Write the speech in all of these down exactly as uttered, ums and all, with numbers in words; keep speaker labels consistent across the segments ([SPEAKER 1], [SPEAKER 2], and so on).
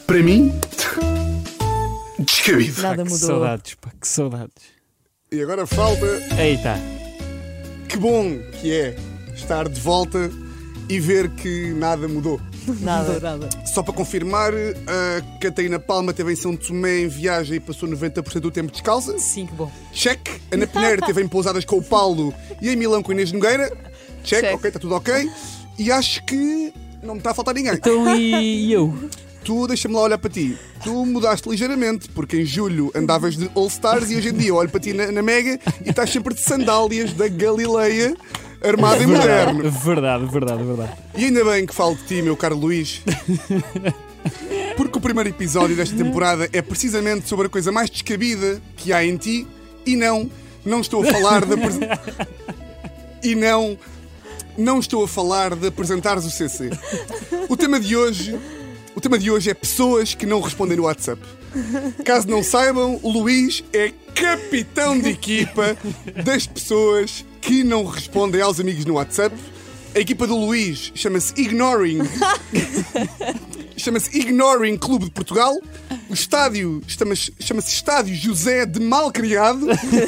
[SPEAKER 1] Para mim, descabido.
[SPEAKER 2] Nada
[SPEAKER 3] Que
[SPEAKER 2] mudou.
[SPEAKER 3] saudades, pá, que saudades.
[SPEAKER 1] E agora falta.
[SPEAKER 3] Eita,
[SPEAKER 1] Que bom que é estar de volta e ver que nada mudou.
[SPEAKER 2] Nada, nada.
[SPEAKER 1] Só para confirmar, a Catarina Palma teve em São Tomé em viagem e passou noventa por cento do tempo descalça.
[SPEAKER 2] Sim, que bom.
[SPEAKER 1] Check. Ana Pinheiro teve em pousadas com o Paulo e em Milão com a Inês Nogueira. Check,
[SPEAKER 2] Check.
[SPEAKER 1] ok, está tudo ok. E acho que não me está a faltar ninguém.
[SPEAKER 3] então e, e eu?
[SPEAKER 1] Tu, deixa-me lá olhar para ti. Tu mudaste ligeiramente, porque em julho andavas de All Stars e hoje em dia eu olho para ti na, na Mega e estás sempre de sandálias da Galileia, armada em moderno.
[SPEAKER 3] Verdade, verdade, verdade.
[SPEAKER 1] E ainda bem que falo de ti, meu caro Luís. Porque o primeiro episódio desta temporada é precisamente sobre a coisa mais descabida que há em ti. E não, não estou a falar de apres... E não, não estou a falar de apresentares o C C. O tema de hoje, o tema de hoje é pessoas que não respondem no WhatsApp. Caso não saibam, o Luís é capitão de equipa das pessoas que não respondem aos amigos no WhatsApp. A equipa do Luís chama-se Ignoring. Chama-se Ignoring Clube de Portugal. O estádio chama-se chama-se Estádio José de Malcriado.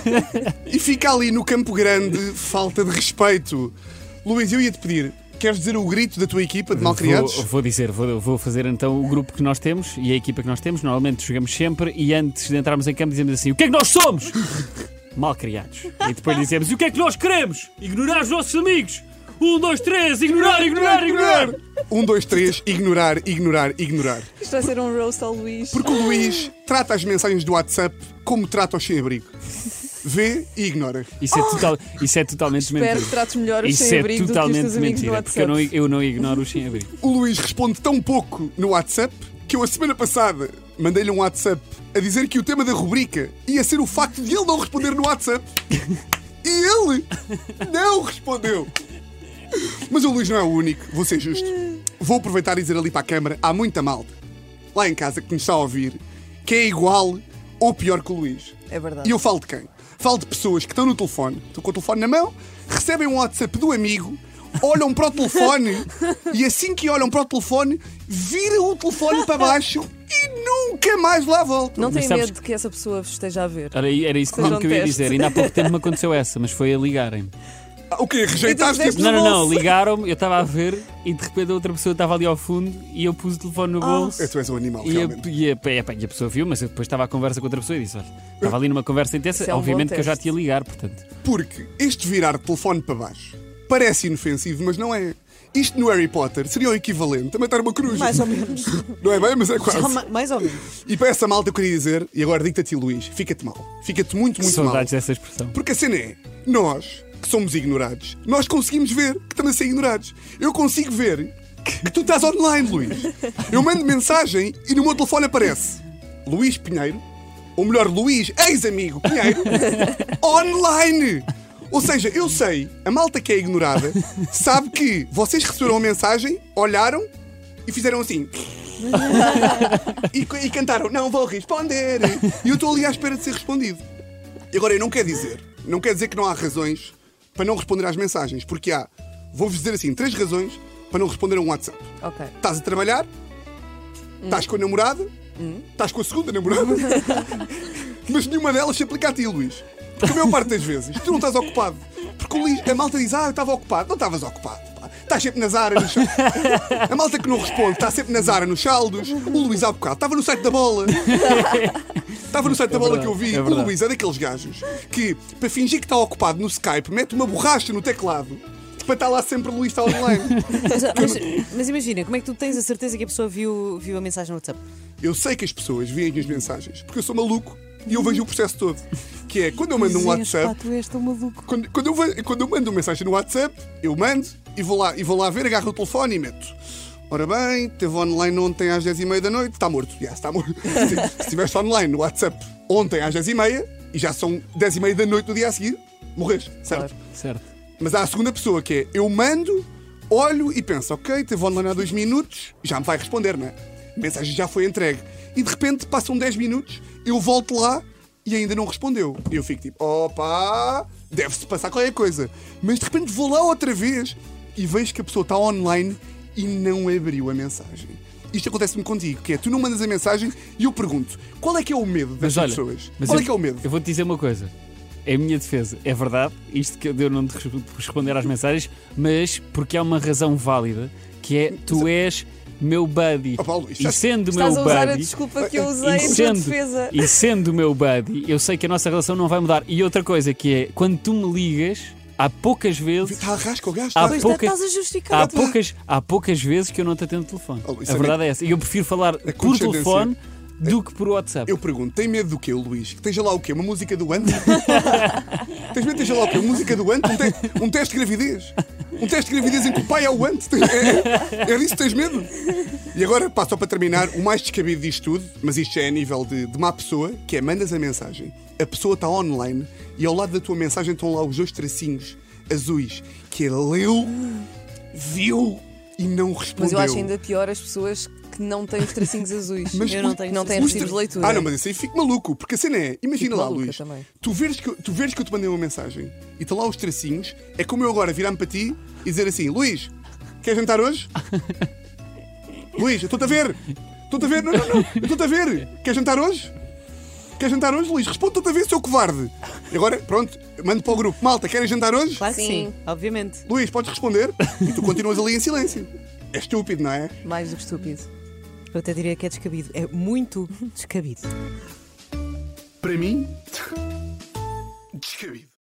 [SPEAKER 1] E fica ali no Campo Grande. Falta de respeito. Luís, eu ia-te pedir, queres dizer o grito da tua equipa de malcriados?
[SPEAKER 3] Vou, vou dizer, vou, vou fazer então o grupo que nós temos e a equipa que nós temos. Normalmente jogamos sempre e antes de entrarmos em campo dizemos assim: o que é que nós somos? Malcriados. E depois dizemos: e o que é que nós queremos? Ignorar os nossos amigos. Um, dois, três, ignorar, ignorar, ignorar.
[SPEAKER 1] Um, dois, três, ignorar, ignorar, ignorar.
[SPEAKER 2] Isto vai ser um roast ao Luís.
[SPEAKER 1] Porque o Luís trata as mensagens do WhatsApp como trata os sem-abrigo. Vê e ignora.
[SPEAKER 3] Isso é, total, isso é totalmente
[SPEAKER 2] Espero
[SPEAKER 3] mentira.
[SPEAKER 2] que trates melhor os
[SPEAKER 3] Isso é
[SPEAKER 2] sem-abrigo do que os
[SPEAKER 3] totalmente
[SPEAKER 2] teus amigos no
[SPEAKER 3] mentira, porque eu
[SPEAKER 2] WhatsApp.
[SPEAKER 3] não, eu não ignoro os sem-abrigo.
[SPEAKER 1] O Luís responde tão pouco no WhatsApp que eu a semana passada mandei-lhe um WhatsApp a dizer que o tema da rubrica ia ser o facto de ele não responder no WhatsApp. E ele não respondeu. Mas o Luís não é o único, vou ser justo. Vou aproveitar e dizer ali para a câmara: há muita malta lá em casa que nos está a ouvir que é igual ou pior que o Luís.
[SPEAKER 2] É verdade.
[SPEAKER 1] E eu falo de quem? Falo de pessoas que estão no telefone, estão com o telefone na mão, recebem um WhatsApp do amigo, olham para o telefone e assim que olham para o telefone, viram o telefone para baixo e nunca mais lá voltam.
[SPEAKER 2] Não
[SPEAKER 3] Mas
[SPEAKER 2] tenho
[SPEAKER 3] sabes-
[SPEAKER 2] medo de que essa pessoa vos esteja a ver.
[SPEAKER 3] Era, era isso
[SPEAKER 2] Seja
[SPEAKER 3] mesmo
[SPEAKER 2] um
[SPEAKER 3] que eu ia
[SPEAKER 2] teste.
[SPEAKER 3] dizer. Ainda há pouco tempo me aconteceu essa, mas foi a ligarem-me.
[SPEAKER 1] Ah, o quê? Rejeitaste?
[SPEAKER 2] E tu
[SPEAKER 3] Não, não, não,
[SPEAKER 2] bolso.
[SPEAKER 3] ligaram-me, eu estava a ver e de repente a outra pessoa estava ali ao fundo e eu pus o telefone no bolso.
[SPEAKER 1] É, tu és um animal,
[SPEAKER 3] E a,
[SPEAKER 1] realmente.
[SPEAKER 3] e, a, e a- e a pessoa viu, mas eu depois estava à conversa com outra pessoa e disse: olha, estava ali numa conversa intensa,
[SPEAKER 2] Isso é um
[SPEAKER 3] obviamente
[SPEAKER 2] bom
[SPEAKER 3] que eu já
[SPEAKER 2] teste.
[SPEAKER 3] te ia ligar, portanto.
[SPEAKER 1] Porque este virar de telefone para baixo parece inofensivo, mas não é. Isto no Harry Potter seria o equivalente a matar uma coruja.
[SPEAKER 2] Mais ou menos.
[SPEAKER 1] Não é bem, mas é quase.
[SPEAKER 2] Só ma- mais ou menos.
[SPEAKER 1] E para essa malta eu queria dizer, e agora digo-te a ti, Luís, fica-te mal. Fica-te muito, muito mal.
[SPEAKER 3] Saudades dessa expressão.
[SPEAKER 1] Porque a cena é, nós, que somos ignorados, nós conseguimos ver que estamos a ser ignorados. Eu consigo ver que tu estás online, Luís. Eu mando mensagem e no meu telefone aparece Luís Pinheiro, ou melhor, Luís, ex-amigo Pinheiro, online. Ou seja, eu sei, a malta que é ignorada sabe que vocês receberam a mensagem, olharam e fizeram assim. e, e cantaram, não vou responder. E eu estou ali à espera de ser respondido. E agora eu não quero dizer, não quero dizer que não há razões para não responder às mensagens, porque há, vou-vos dizer assim, três razões para não responder a um WhatsApp.
[SPEAKER 2] Ok.
[SPEAKER 1] Estás a trabalhar, estás com a namorada, estás com a segunda namorada, mas nenhuma delas se aplica a ti, Luís. Porque a maior parte das vezes tu não estás ocupado. Porque o Luís, a malta diz, ah, eu estava ocupado. Não estavas ocupado, pá. Estás sempre na Zara, no Chal- A malta que não responde está sempre na Zara, nos saldos. O Luís há bocado estava no site da bola. Estava no site da bola que eu vi.
[SPEAKER 3] é
[SPEAKER 1] O
[SPEAKER 3] verdade.
[SPEAKER 1] Luís é daqueles gajos que, para fingir que está ocupado no Skype, mete uma borracha no teclado para estar lá sempre o Luís está online.
[SPEAKER 2] Mas, mas- mas imagina, como é que tu tens a certeza que a pessoa viu, viu a mensagem no WhatsApp?
[SPEAKER 1] Eu sei que as pessoas veem as minhas mensagens, porque eu sou maluco e eu vejo o processo todo. Que é, quando eu mando um WhatsApp,
[SPEAKER 2] tu és tão maluco.
[SPEAKER 1] quando, quando, eu, ve- quando eu mando uma mensagem no WhatsApp, eu mando e vou lá, e vou lá ver, agarro o telefone e meto. Ora bem, teve online ontem às dez e meia da noite, está morto. Já, está morto. Se, se estiveste online no WhatsApp ontem às dez e meia e já são dez e meia da noite do dia a seguir, morres, certo?
[SPEAKER 2] Claro.
[SPEAKER 3] Certo.
[SPEAKER 1] Mas há a segunda pessoa que é, eu mando, olho e penso, ok, teve online há dois minutos, já me vai responder, não é? A mensagem já foi entregue. E de repente passam dez minutos, eu volto lá e ainda não respondeu. E eu fico tipo, opa, deve-se passar qualquer coisa. Mas de repente vou lá outra vez e vejo que a pessoa está online e não abriu a mensagem. isto acontece-me contigo, que é, tu não mandas a mensagem e eu pergunto, qual é que é o medo
[SPEAKER 3] Mas
[SPEAKER 1] das
[SPEAKER 3] olha,
[SPEAKER 1] pessoas?
[SPEAKER 3] mas
[SPEAKER 1] Qual
[SPEAKER 3] eu,
[SPEAKER 1] é que é o medo?
[SPEAKER 3] Eu vou-te dizer uma coisa. É a minha defesa. É verdade, isto que eu de eu não te res- responder às mensagens, mas porque há uma razão válida, que é, tu és meu buddy.
[SPEAKER 1] Oh, Paulo, isto
[SPEAKER 3] E
[SPEAKER 1] já-
[SPEAKER 3] sendo
[SPEAKER 2] Estás
[SPEAKER 3] meu
[SPEAKER 2] a usar a
[SPEAKER 3] buddy...
[SPEAKER 2] desculpa que eu usei
[SPEAKER 3] E
[SPEAKER 2] em tua
[SPEAKER 3] sendo,
[SPEAKER 2] defesa.
[SPEAKER 3] e sendo o meu buddy, eu sei que a nossa relação não vai mudar. E outra coisa que é, quando tu me ligas, há poucas vezes...
[SPEAKER 1] Está a rasca o gajo,
[SPEAKER 3] Há
[SPEAKER 1] está.
[SPEAKER 2] Pois
[SPEAKER 3] pouca-
[SPEAKER 2] estás a justificar.
[SPEAKER 3] Há poucas, há poucas vezes que eu não te atendo o telefone.
[SPEAKER 1] Oh, isso
[SPEAKER 3] A
[SPEAKER 1] é
[SPEAKER 3] verdade é essa. E eu prefiro falar por
[SPEAKER 1] condescendência.
[SPEAKER 3] telefone do que por WhatsApp.
[SPEAKER 1] Eu pergunto, tem medo do quê, Luís? Que esteja lá o quê? Uma música do Ant? Tens medo que esteja lá o quê? Uma música do Ant? Um, te- um teste de gravidez? Um teste de gravidez em que o pai é o Ant? É, é, é disso que tens medo? E agora, pá, só para terminar, o mais descabido disto tudo, mas isto já é a nível de, de má pessoa, que é, mandas a mensagem, a pessoa está online e ao lado da tua mensagem estão lá os dois tracinhos azuis, que é leu, viu e não respondeu.
[SPEAKER 4] Mas eu acho ainda pior as pessoas que não têm os tracinhos azuis.
[SPEAKER 1] Mas
[SPEAKER 2] Eu não
[SPEAKER 1] os-
[SPEAKER 2] tenho
[SPEAKER 4] não têm
[SPEAKER 1] os
[SPEAKER 4] recibos
[SPEAKER 1] tra-
[SPEAKER 4] de leitura.
[SPEAKER 1] Ah, não, mas isso aí fico maluco, porque a cena é, imagina
[SPEAKER 4] Fico
[SPEAKER 1] lá,
[SPEAKER 4] maluca
[SPEAKER 1] Luís,
[SPEAKER 4] também.
[SPEAKER 1] tu veres, que, tu veres que eu te mandei uma mensagem e estão lá os tracinhos, é como eu agora virar-me para ti e dizer assim: Luís, queres jantar hoje? Luís, eu estou-te a ver, estou-te a ver, não, não, não, eu estou-te a ver, queres jantar hoje? Queres jantar hoje, Luís? Responde, estou-te a ver, seu covarde. E agora, pronto, mando para o grupo: malta, querem jantar hoje?
[SPEAKER 2] Claro que sim,
[SPEAKER 4] Sim.
[SPEAKER 2] obviamente.
[SPEAKER 1] Luís, podes responder? E tu continuas ali em silêncio. É estúpido, não é?
[SPEAKER 4] Mais do que estúpido.
[SPEAKER 2] Eu até diria que é descabido. É muito descabido.
[SPEAKER 1] Para mim, descabido.